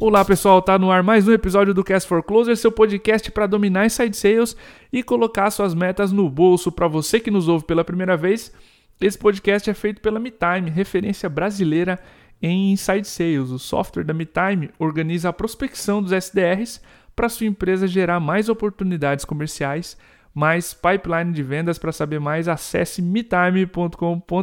Olá pessoal, tá no ar mais um episódio do Cast for Closer, seu podcast para dominar inside sales e colocar suas metas no bolso. Para você que nos ouve pela primeira vez, esse podcast é feito pela MeTime, referência brasileira em inside sales. O software da MeTime organiza a prospecção dos SDRs para sua empresa gerar mais oportunidades comerciais, mais pipeline de vendas. Para saber mais, acesse metime.com.br.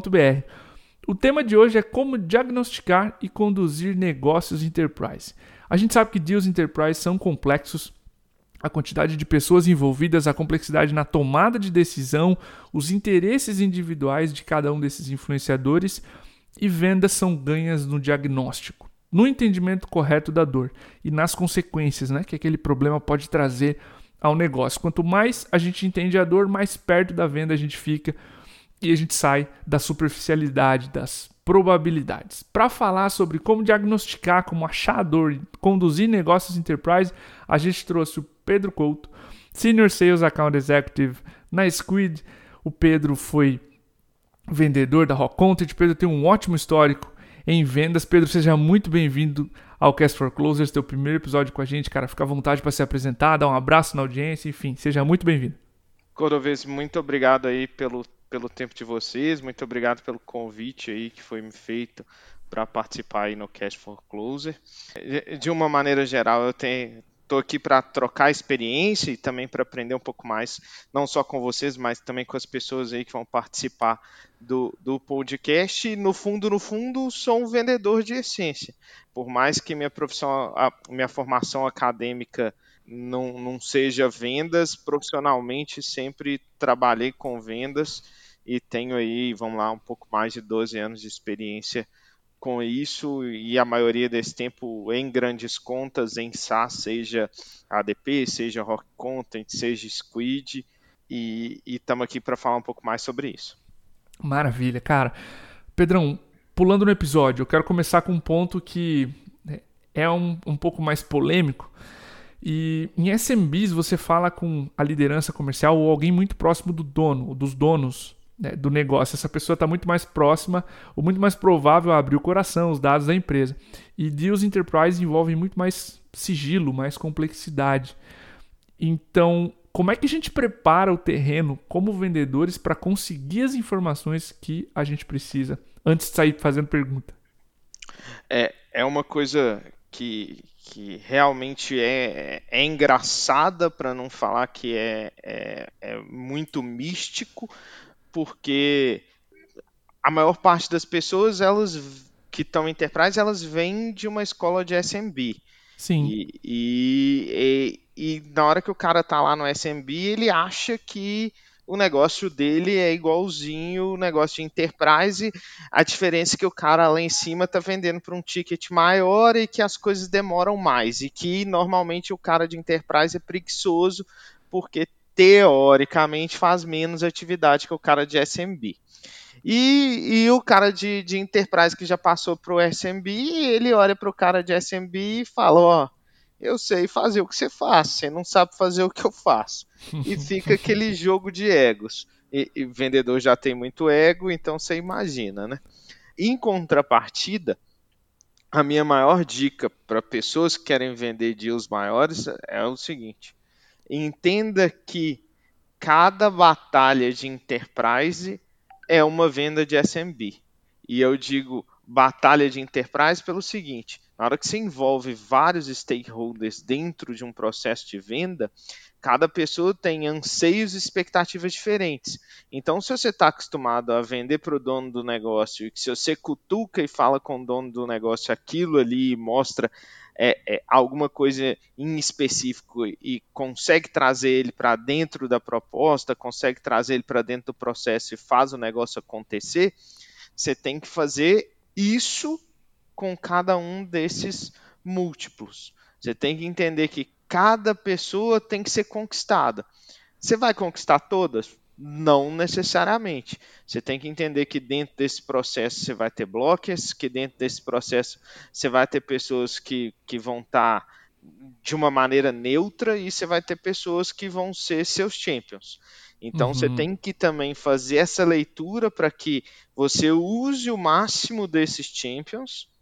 O tema de hoje é como diagnosticar e conduzir negócios enterprise. A gente sabe que deals enterprise são complexos, a quantidade de pessoas envolvidas, a complexidade na tomada de decisão, os interesses individuais de cada um desses influenciadores e vendas são ganhas no diagnóstico, no entendimento correto da dor e nas consequências, que aquele problema pode trazer ao negócio. Quanto mais a gente entende a dor, mais perto da venda a gente fica. E a gente sai da superficialidade, das probabilidades. Para falar sobre como diagnosticar, como achar a dor e conduzir negócios enterprise, a gente trouxe o Pedro Couto, Senior Sales Account Executive na Squid. O Pedro foi vendedor da Rock Content. Pedro tem um ótimo histórico em vendas. Pedro, seja muito bem-vindo ao Cast for Closers, teu primeiro episódio com a gente. Cara, fica à vontade para se apresentar, dar um abraço na audiência, enfim, seja muito bem-vindo. Cordovez, muito obrigado aí pelo tempo de vocês, muito obrigado pelo convite aí que foi me feito para participar aí no Cast for Closer. De uma maneira geral, eu estou aqui para trocar experiência e também para aprender um pouco mais, não só com vocês, mas também com as pessoas aí que vão participar do podcast. E no fundo, sou um vendedor de essência. Por mais que minha formação acadêmica não seja vendas, profissionalmente sempre trabalhei com vendas e tenho aí, vamos lá, um pouco mais de 12 anos de experiência com isso e a maioria desse tempo em grandes contas, em SaaS, seja ADP, seja Rock Content, seja Squid, e estamos aqui para falar um pouco mais sobre isso. Maravilha, cara. Pedrão, pulando no episódio, eu quero começar com um ponto que é um pouco mais polêmico. E em SMBs você fala com a liderança comercial ou alguém muito próximo do dono, ou dos donos do negócio. Essa pessoa está muito mais próxima ou muito mais provável a abrir o coração, os dados da empresa. E deals enterprise envolvem muito mais sigilo, mais complexidade. Então, como é que a gente prepara o terreno como vendedores para conseguir as informações que a gente precisa antes de sair fazendo pergunta? É uma coisa que realmente é engraçada, para não falar que é muito místico, porque a maior parte das pessoas que estão em Enterprise, elas vêm de uma escola de SMB. Sim. E na hora que o cara tá lá no SMB, ele acha que o negócio dele é igualzinho o negócio de Enterprise, a diferença é que o cara lá em cima tá vendendo por um ticket maior e que as coisas demoram mais, e que normalmente o cara de Enterprise é preguiçoso, porque teoricamente faz menos atividade que o cara de SMB. E o cara de Enterprise que já passou para o SMB, ele olha para o cara de SMB e fala, ó, eu sei fazer o que você faz, você não sabe fazer o que eu faço. E fica aquele jogo de egos. E vendedor já tem muito ego, então você imagina, né? Em contrapartida, a minha maior dica para pessoas que querem vender deals maiores é o seguinte: entenda que cada batalha de Enterprise é uma venda de SMB. E eu digo batalha de Enterprise pelo seguinte: na hora que você envolve vários stakeholders dentro de um processo de venda, cada pessoa tem anseios e expectativas diferentes. Então, se você está acostumado a vender para o dono do negócio e que se você cutuca e fala com o dono do negócio aquilo ali mostra alguma coisa em específico e consegue trazer ele para dentro da proposta, consegue trazer ele para dentro do processo e faz o negócio acontecer, você tem que fazer isso com cada um desses múltiplos. Você tem que entender que cada pessoa tem que ser conquistada. Você vai conquistar todas? Não necessariamente. Você tem que entender que dentro desse processo você vai ter blockers, que dentro desse processo você vai ter pessoas que vão estar de uma maneira neutra e você vai ter pessoas que vão ser seus champions. Então você tem que também fazer essa leitura para que você use o máximo desses champions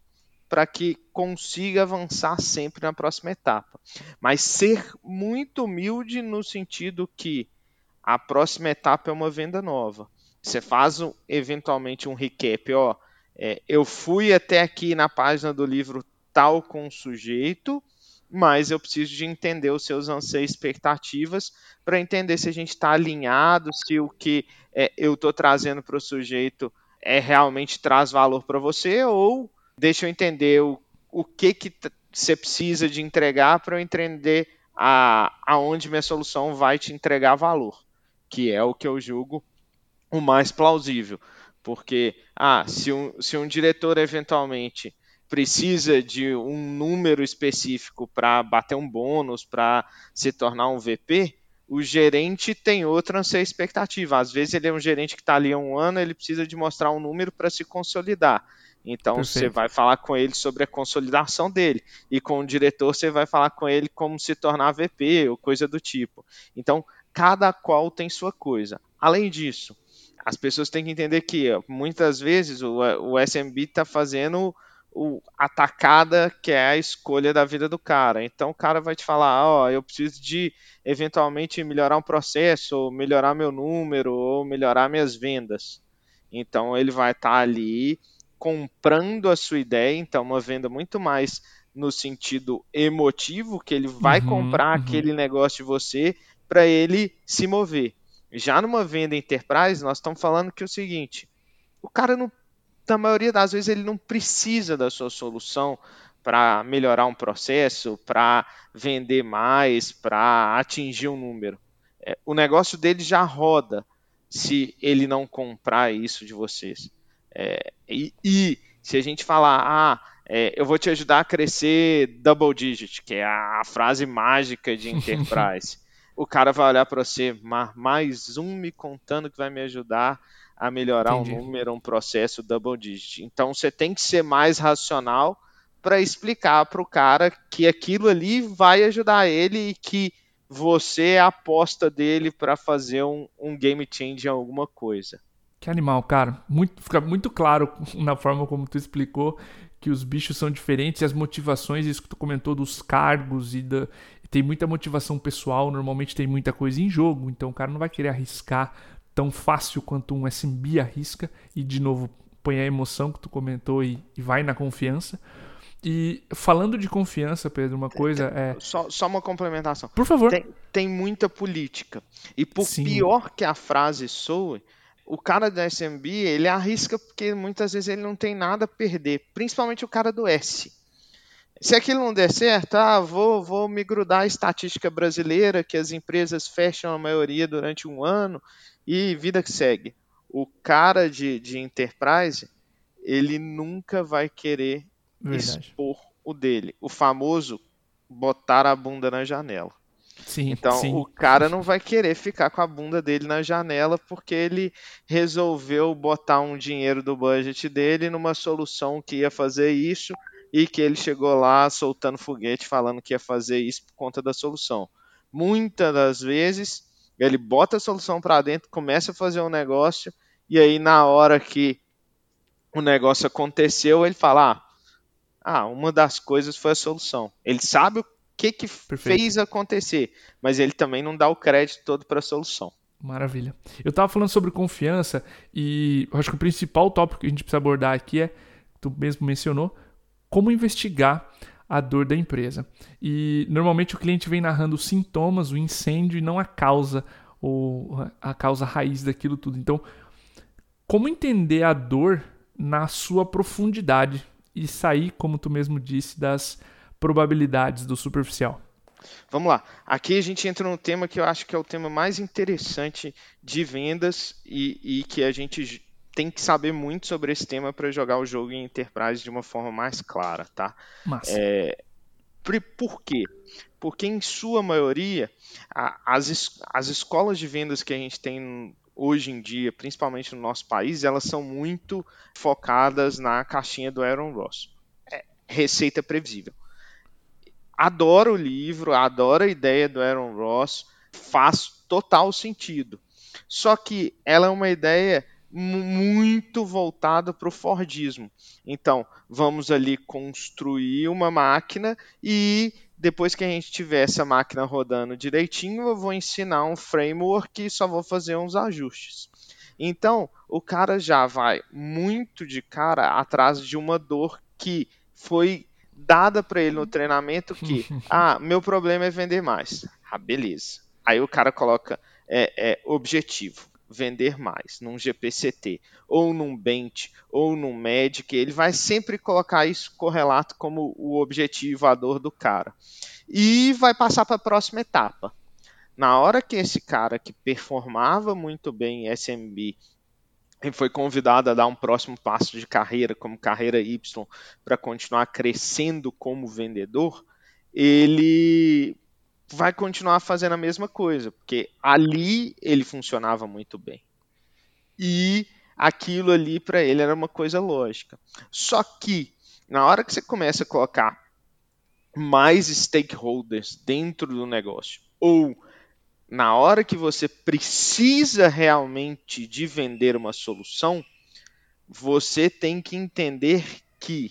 para que consiga avançar sempre na próxima etapa. Mas ser muito humilde no sentido que a próxima etapa é uma venda nova. Você faz eventualmente um recap, eu fui até aqui na página do livro tal com o sujeito, mas eu preciso de entender os seus anseios e expectativas para entender se a gente está alinhado, se o que eu estou trazendo para o sujeito realmente traz valor para você, ou deixa eu entender o que você precisa de entregar para eu entender aonde minha solução vai te entregar valor, que é o que eu julgo o mais plausível. Porque se um diretor eventualmente precisa de um número específico para bater um bônus, para se tornar um VP, o gerente tem outra expectativa. Às vezes ele é um gerente que está ali há um ano, ele precisa de mostrar um número para se consolidar. Então Perfeito. Você vai falar com ele sobre a consolidação dele. E com o diretor você vai falar com ele como se tornar VP ou coisa do tipo. Então, cada qual tem sua coisa. Além disso, as pessoas têm que entender que muitas vezes o SMB está fazendo a tacada que é a escolha da vida do cara. Então o cara vai te falar, eu preciso de eventualmente melhorar um processo, ou melhorar meu número, ou melhorar minhas vendas. Então ele vai estar ali comprando a sua ideia, então uma venda muito mais no sentido emotivo, que ele vai comprar aquele negócio de você para ele se mover. Já numa venda enterprise, nós estamos falando que é o seguinte, o cara, na maioria das vezes, ele não precisa da sua solução para melhorar um processo, para vender mais, para atingir um número. O negócio dele já roda se ele não comprar isso de vocês. E se a gente falar, eu vou te ajudar a crescer double digit, que é a frase mágica de enterprise, o cara vai olhar para você, mais um me contando que vai me ajudar a melhorar um número, um processo double digit. Então você tem que ser mais racional para explicar para o cara que aquilo ali vai ajudar ele e que você é a aposta dele para fazer um game change em alguma coisa. Que animal, cara. Fica muito claro na forma como tu explicou que os bichos são diferentes e as motivações, isso que tu comentou dos cargos tem muita motivação pessoal, normalmente tem muita coisa em jogo, então o cara não vai querer arriscar tão fácil quanto um SMB arrisca e, de novo, põe a emoção que tu comentou e vai na confiança. E falando de confiança, Pedro, uma coisa Só uma complementação. Por favor. Tem muita política. E por pior que a frase soe, o cara do SMB, ele arrisca porque muitas vezes ele não tem nada a perder. Principalmente o cara do S. Se aquilo não der certo, vou me grudar à estatística brasileira, que as empresas fecham a maioria durante um ano, e vida que segue. O cara de enterprise, ele nunca vai querer expor o dele. O famoso botar a bunda na janela. Então o cara não vai querer ficar com a bunda dele na janela porque ele resolveu botar um dinheiro do budget dele numa solução que ia fazer isso e que ele chegou lá soltando foguete falando que ia fazer isso por conta da solução. Muitas das vezes ele bota a solução para dentro, começa a fazer um negócio e aí na hora que o negócio aconteceu ele fala, uma das coisas foi a solução. Ele sabe o que fez acontecer, mas ele também não dá o crédito todo para a solução. Maravilha. Eu estava falando sobre confiança e eu acho que o principal tópico que a gente precisa abordar aqui tu mesmo mencionou, como investigar a dor da empresa. E normalmente o cliente vem narrando os sintomas, o incêndio e não a causa ou a causa raiz daquilo tudo. Então, como entender a dor na sua profundidade e sair, como tu mesmo disse, das probabilidades do superficial? Vamos lá. Aqui a gente entra num tema que eu acho que é o tema mais interessante de vendas e que a gente tem que saber muito sobre esse tema para jogar o jogo em enterprise de uma forma mais clara, tá? Massa. Por quê? Porque em sua maioria as escolas de vendas que a gente tem hoje em dia, principalmente no nosso país, elas são muito focadas na caixinha do Aaron Ross. Receita previsível. Adoro o livro, adoro a ideia do Aaron Ross, faz total sentido. Só que ela é uma ideia muito voltado para o Fordismo. Então, vamos ali construir uma máquina e depois que a gente tiver essa máquina rodando direitinho, eu vou ensinar um framework e só vou fazer uns ajustes. Então, o cara já vai muito de cara atrás de uma dor que foi dada para ele no treinamento que, meu problema é vender mais. Beleza. Aí o cara coloca objetivo, vender mais, num GPCT, ou num Bench, ou num Medic, ele vai sempre colocar isso correlato como o objetivo, a dor do cara. E vai passar para a próxima etapa. Na hora que esse cara que performava muito bem em SMB e foi convidado a dar um próximo passo de carreira, como carreira Y, para continuar crescendo como vendedor, ele vai continuar fazendo a mesma coisa, porque ali ele funcionava muito bem. E aquilo ali para ele era uma coisa lógica. Só que, na hora que você começa a colocar mais stakeholders dentro do negócio, ou na hora que você precisa realmente de vender uma solução, você tem que entender que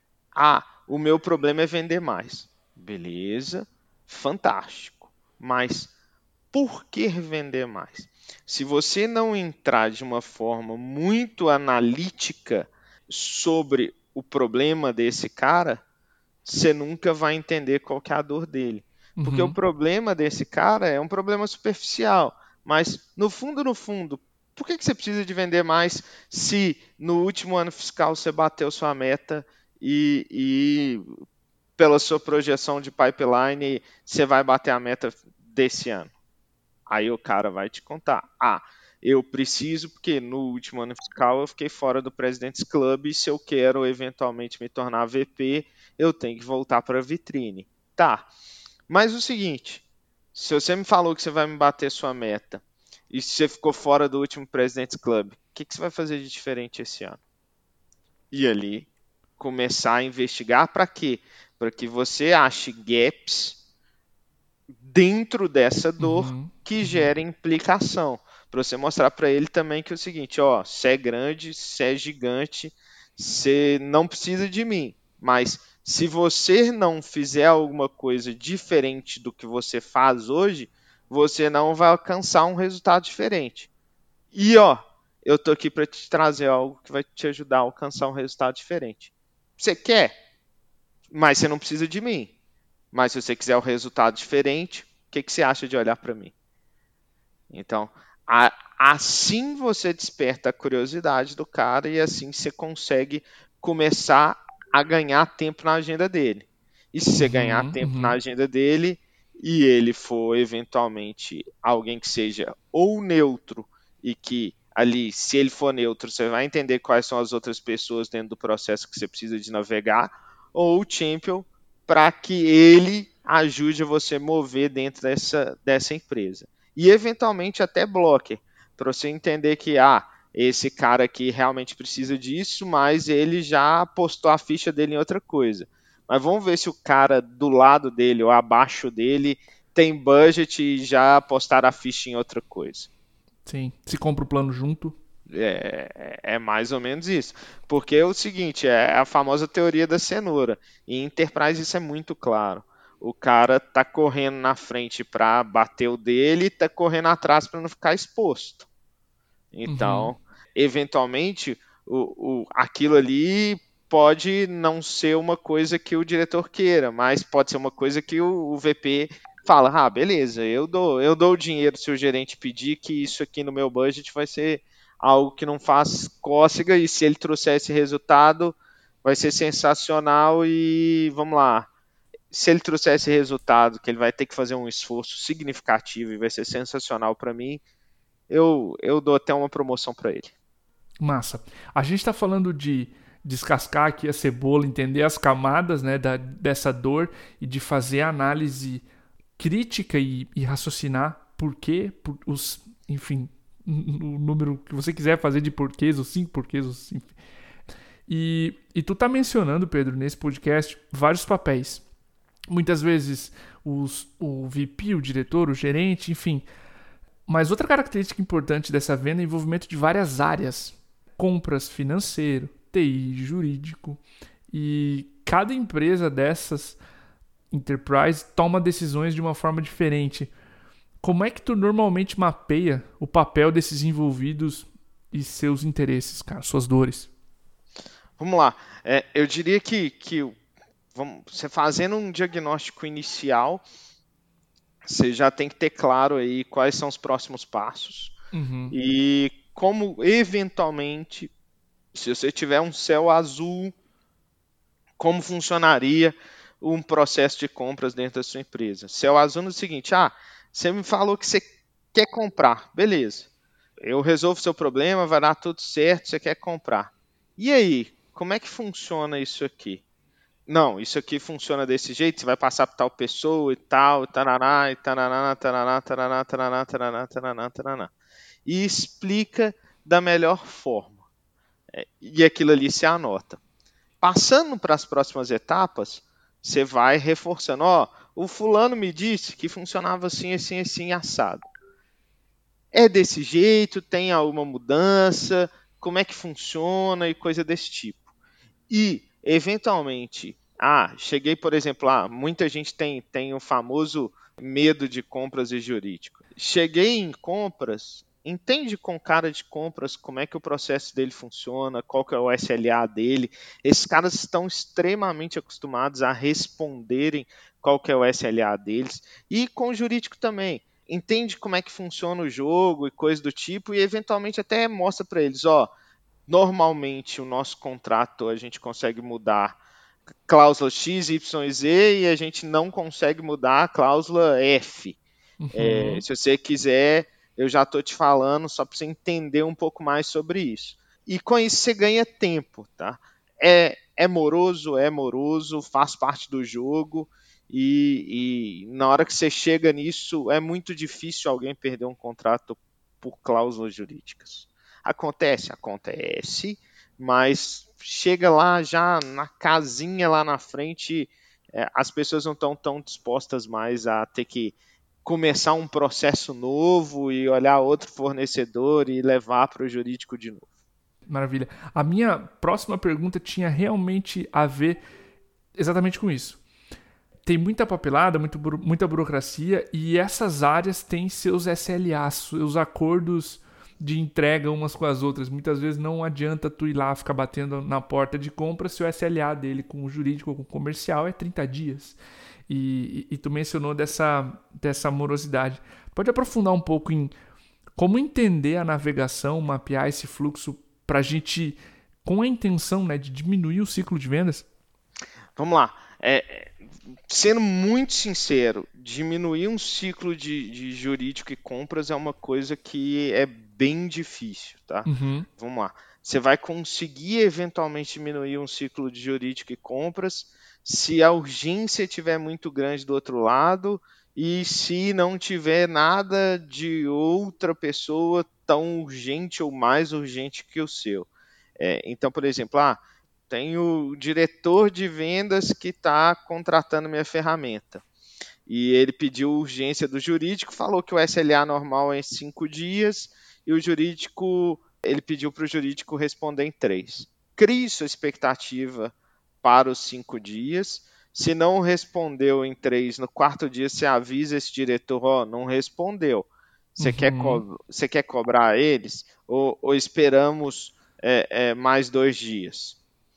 o meu problema é vender mais. Beleza, fantástico. Mas por que vender mais? Se você não entrar de uma forma muito analítica sobre o problema desse cara, você nunca vai entender qual que é a dor dele. Porque o problema desse cara é um problema superficial. Mas, no fundo, por que você precisa de vender mais se no último ano fiscal você bateu sua meta e pela sua projeção de pipeline você vai bater a meta desse ano? Aí o cara vai te contar. Eu preciso porque no último ano fiscal eu fiquei fora do President's Club e se eu quero eventualmente me tornar VP, eu tenho que voltar para a vitrine. Tá, mas o seguinte, se você me falou que você vai me bater sua meta e você ficou fora do último President's Club, o que você vai fazer de diferente esse ano? E ali, começar a investigar para quê? Para que você ache gaps dentro dessa dor que gera implicação. Para você mostrar para ele também que é o seguinte, você é grande, você é gigante, você não precisa de mim, mas se você não fizer alguma coisa diferente do que você faz hoje, você não vai alcançar um resultado diferente. E eu tô aqui para te trazer algo que vai te ajudar a alcançar um resultado diferente. Você quer, mas você não precisa de mim. Mas se você quiser o resultado diferente, o que você acha de olhar para mim? Então, assim você desperta a curiosidade do cara e assim você consegue começar a ganhar tempo na agenda dele. E se você ganhar tempo na agenda dele e ele for eventualmente alguém que seja ou neutro e que ali, se ele for neutro, você vai entender quais são as outras pessoas dentro do processo que você precisa de navegar, ou o champion para que ele ajude você a mover dentro dessa empresa. E eventualmente até blocker, para você entender que esse cara aqui realmente precisa disso, mas ele já postou a ficha dele em outra coisa. Mas vamos ver se o cara do lado dele ou abaixo dele tem budget e já postaram a ficha em outra coisa. Sim, se compra o plano junto. É mais ou menos isso. Porque é o seguinte, é a famosa teoria da cenoura. Em Enterprise isso é muito claro. O cara tá correndo na frente para bater o dele e tá correndo atrás para não ficar exposto. Então, eventualmente, aquilo ali pode não ser uma coisa que o diretor queira, mas pode ser uma coisa que o VP fala, beleza, eu dou o dinheiro se o gerente pedir, que isso aqui no meu budget vai ser algo que não faz cócega, e se ele trouxer esse resultado, vai ser sensacional e vamos lá. Se ele trouxer esse resultado, que ele vai ter que fazer um esforço significativo e vai ser sensacional para mim, eu dou até uma promoção para ele. Massa. A gente está falando de descascar aqui a cebola, entender as camadas, né, dessa dor e de fazer análise crítica e raciocinar por quê, enfim, o número que você quiser fazer de porquês, os 5 porquês, enfim. E tu tá mencionando, Pedro, nesse podcast, vários papéis. Muitas vezes o VP, o diretor, o gerente, enfim, Mas outra característica importante dessa venda é o envolvimento de várias áreas. Compras, financeiro, TI, jurídico. E cada empresa dessas enterprise toma decisões de uma forma diferente. Como é que tu normalmente mapeia o papel desses envolvidos e seus interesses, cara, suas dores? Vamos lá. Eu diria que você fazendo um diagnóstico inicial, você já tem que ter claro aí quais são os próximos passos Uhum. e como eventualmente, se você tiver um céu azul, como funcionaria um processo de compras dentro da sua empresa. Céu azul no seguinte, você me falou que você quer comprar, beleza. Eu resolvo seu problema, vai dar tudo certo, você quer comprar. E aí, como é que funciona isso aqui? Não, isso aqui funciona desse jeito, você vai passar para tal pessoa e tal, e taraná, e taraná, taraná, taraná, taraná, taraná, taraná, taraná. E explica da melhor forma. E aquilo ali se anota. Passando para as próximas etapas, você vai reforçando. O fulano me disse que funcionava assim, assim, assim, assado. É desse jeito? Tem alguma mudança? Como é que funciona e coisa desse tipo. E, eventualmente, cheguei, por exemplo, muita gente tem o famoso medo de compras e jurídico. Cheguei em compras, entende com o cara de compras como é que o processo dele funciona, qual que é o SLA dele. Esses caras estão extremamente acostumados a responderem qual que é o SLA deles. E com o jurídico também. Entende como é que funciona o jogo e coisa do tipo, e eventualmente até mostra para eles, normalmente o nosso contrato a gente consegue mudar cláusula X, Y e Z e a gente não consegue mudar a cláusula F. Uhum. Se você quiser, eu já estou te falando só para você entender um pouco mais sobre isso. E com isso você ganha tempo, tá? É moroso, faz parte do jogo e na hora que você chega nisso é muito difícil alguém perder um contrato por cláusulas jurídicas. Acontece, mas chega lá já na casinha lá na frente, as pessoas não estão tão dispostas mais a ter que começar um processo novo e olhar outro fornecedor e levar para o jurídico de novo. Maravilha. A minha próxima pergunta tinha realmente a ver exatamente com isso. Tem muita papelada, muita burocracia e essas áreas têm seus SLAs, seus acordos de entrega umas com as outras. Muitas vezes não adianta tu ir lá ficar batendo na porta de compra se o SLA dele com o jurídico ou com o comercial é 30 dias. E tu mencionou dessa morosidade. Pode aprofundar um pouco em como entender a navegação, mapear esse fluxo para a gente, com a intenção, né, de diminuir o ciclo de vendas? Vamos lá. Sendo muito sincero, diminuir um ciclo de jurídico e compras é uma coisa que é bem difícil, tá? Uhum. Vamos lá. Você vai conseguir eventualmente diminuir um ciclo de jurídico e compras se a urgência estiver muito grande do outro lado e se não tiver nada de outra pessoa tão urgente ou mais urgente que o seu. Então, por exemplo, tem o diretor de vendas que está contratando minha ferramenta. E ele pediu urgência do jurídico, falou que o SLA normal é em 5 dias e o jurídico, ele pediu para o jurídico responder em 3. Crie sua expectativa para os 5 dias. Se não respondeu em 3, no quarto dia você avisa esse diretor, não respondeu. Uhum. Você quer cobrar eles? Ou esperamos mais 2 dias?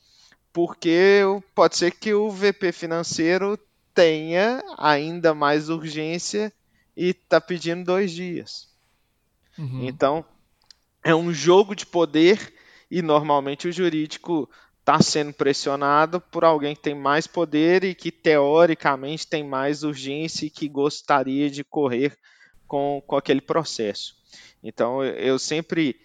Porque pode ser que o VP financeiro tenha ainda mais urgência e está pedindo 2 dias. Uhum. Então, é um jogo de poder e normalmente o jurídico está sendo pressionado por alguém que tem mais poder e que teoricamente tem mais urgência e que gostaria de correr com aquele processo. Então, eu sempre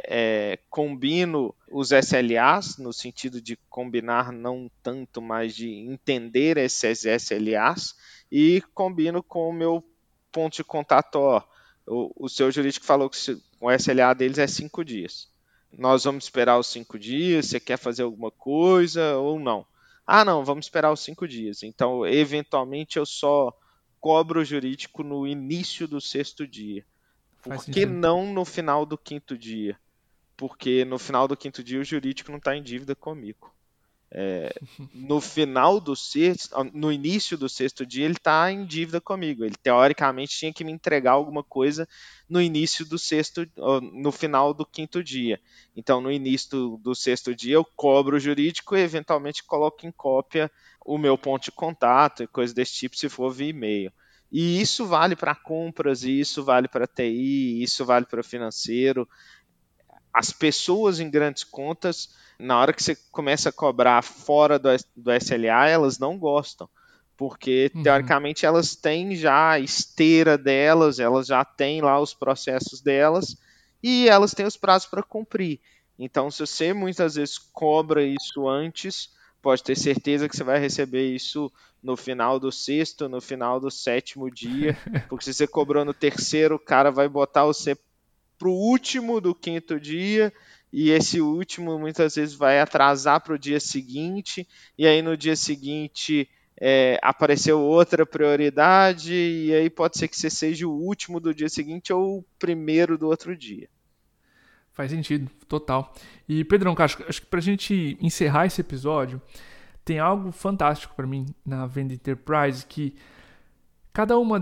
combino os SLAs, no sentido de combinar não tanto, mas de entender esses SLAs, e combino com o meu ponto de contato. O seu jurídico falou que o SLA deles é 5 dias. Nós vamos esperar os 5 dias, você quer fazer alguma coisa ou não? Não, vamos esperar os 5 dias. Então, eventualmente, eu só cobro o jurídico no início do 6º dia. Faz Por que sentido. não no final do quinto dia? Porque no final do quinto dia o jurídico não está em dívida comigo. No final do sexto, no início do sexto dia, ele está em dívida comigo. Ele teoricamente tinha que me entregar alguma coisa no início do sexto, no final do quinto dia. Então, no início do sexto dia, eu cobro o jurídico e eventualmente coloco em cópia o meu ponto de contato e coisa desse tipo, se for via e-mail. E isso vale para compras, isso vale para TI, isso vale para financeiro. As pessoas em grandes contas, na hora que você começa a cobrar fora do SLA, elas não gostam, porque Uhum. teoricamente elas têm já a esteira delas, elas já têm lá os processos delas e elas têm os prazos para cumprir. Então, se você muitas vezes cobra isso antes, pode ter certeza que você vai receber isso no final do sexto, no final do sétimo dia, porque se você cobrou no terceiro, o cara vai botar você para o último do quinto dia, e esse último muitas vezes vai atrasar para o dia seguinte, e aí no dia seguinte apareceu outra prioridade, e aí pode ser que você seja o último do dia seguinte ou o primeiro do outro dia. Faz sentido, total. E Pedrão, cara, acho que pra gente encerrar esse episódio, tem algo fantástico pra mim na venda enterprise, que cada uma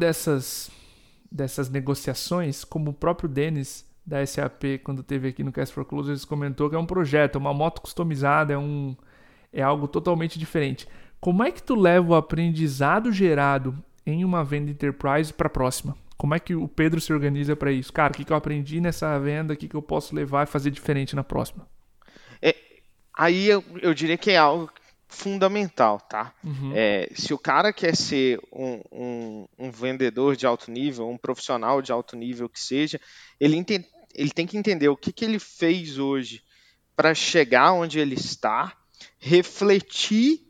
dessas negociações, como o próprio Denis da SAP, quando teve aqui no Cast for Closers, comentou que é um projeto, uma moto customizada, é algo totalmente diferente. Como é que tu leva o aprendizado gerado em uma venda enterprise para a próxima? Como é que o Pedro se organiza para isso? Cara, o que eu aprendi nessa venda, o que eu posso levar e fazer diferente na próxima? É, Aí eu diria que é algo fundamental, tá? Uhum. Se o cara quer ser um vendedor de alto nível, um profissional de alto nível que seja, ele tem que entender o que ele fez hoje para chegar onde ele está, refletir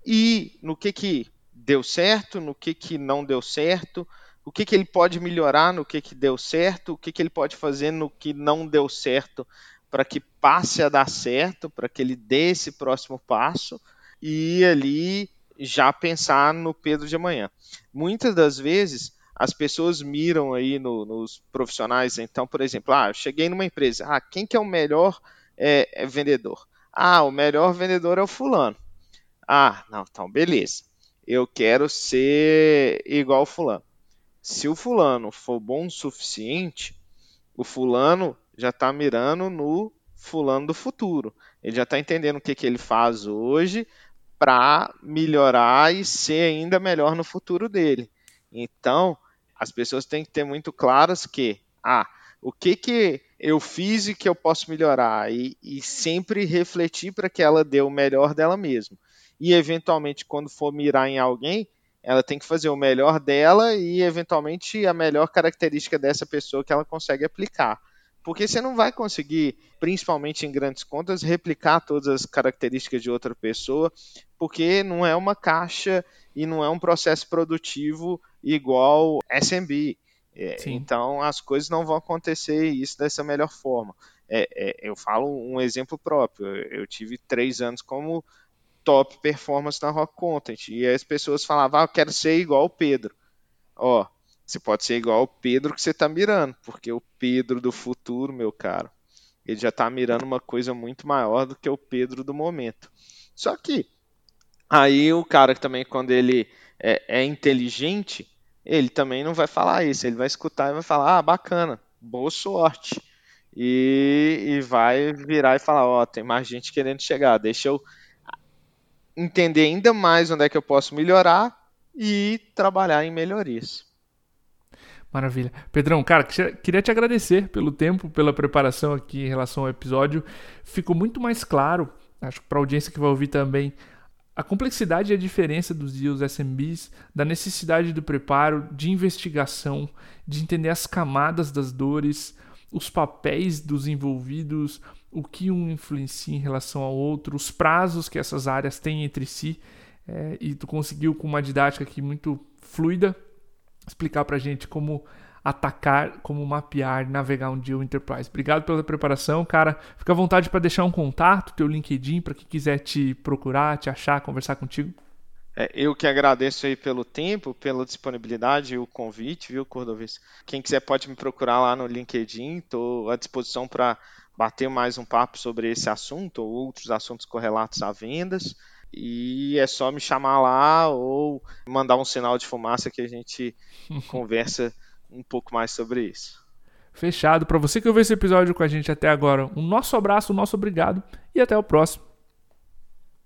e no que deu certo, no que não deu certo, o que ele pode melhorar no que deu certo, o que ele pode fazer no que não deu certo para que passe a dar certo, para que ele dê esse próximo passo e ali já pensar no Pedro de amanhã. Muitas das vezes as pessoas miram aí nos profissionais, então, por exemplo, eu cheguei numa empresa, quem que é o melhor vendedor? O melhor vendedor é o fulano. Não, então beleza. Eu quero ser igual ao fulano. Se o fulano for bom o suficiente, o fulano já está mirando no fulano do futuro. Ele já está entendendo o que ele faz hoje para melhorar e ser ainda melhor no futuro dele. Então, as pessoas têm que ter muito claras que, o que eu fiz e que eu posso melhorar e sempre refletir para que ela dê o melhor dela mesma. E eventualmente, quando for mirar em alguém, ela tem que fazer o melhor dela e eventualmente a melhor característica dessa pessoa que ela consegue aplicar. Porque você não vai conseguir, principalmente em grandes contas, replicar todas as características de outra pessoa, porque não é uma caixa e não é um processo produtivo igual SMB. Sim. Então as coisas não vão acontecer isso dessa melhor forma. Eu falo um exemplo próprio. Eu tive 3 anos como top performance na Rock Content e as pessoas falavam, eu quero ser igual o Pedro. Você pode ser igual ao Pedro que você está mirando, porque o Pedro do futuro, meu caro, ele já está mirando uma coisa muito maior do que o Pedro do momento. Só que aí o cara que também, quando ele é inteligente, ele também não vai falar isso, ele vai escutar e vai falar, bacana, boa sorte. E vai virar e falar, tem mais gente querendo chegar, deixa eu entender ainda mais onde é que eu posso melhorar e trabalhar em melhorias. Maravilha. Pedrão, cara, queria te agradecer pelo tempo, pela preparação aqui em relação ao episódio. Ficou muito mais claro, acho que para a audiência que vai ouvir também, a complexidade e a diferença dos deals SMBs, da necessidade do preparo, de investigação, de entender as camadas das dores, os papéis dos envolvidos, o que um influencia em relação ao outro, os prazos que essas áreas têm entre si. E tu conseguiu, com uma didática aqui muito fluida, explicar pra gente como atacar, como mapear, navegar um deal Enterprise. Obrigado pela preparação, cara. Fica à vontade para deixar um contato, teu LinkedIn, para quem quiser te procurar, te achar, conversar contigo. Eu que agradeço aí pelo tempo, pela disponibilidade e o convite, viu, Cordovez? Quem quiser pode me procurar lá no LinkedIn, estou à disposição para bater mais um papo sobre esse assunto ou outros assuntos correlatos a vendas. E é só me chamar lá ou mandar um sinal de fumaça que a gente conversa um pouco mais sobre isso. Fechado. Para você que ouviu esse episódio com a gente até agora, um nosso abraço, um nosso obrigado e até o próximo.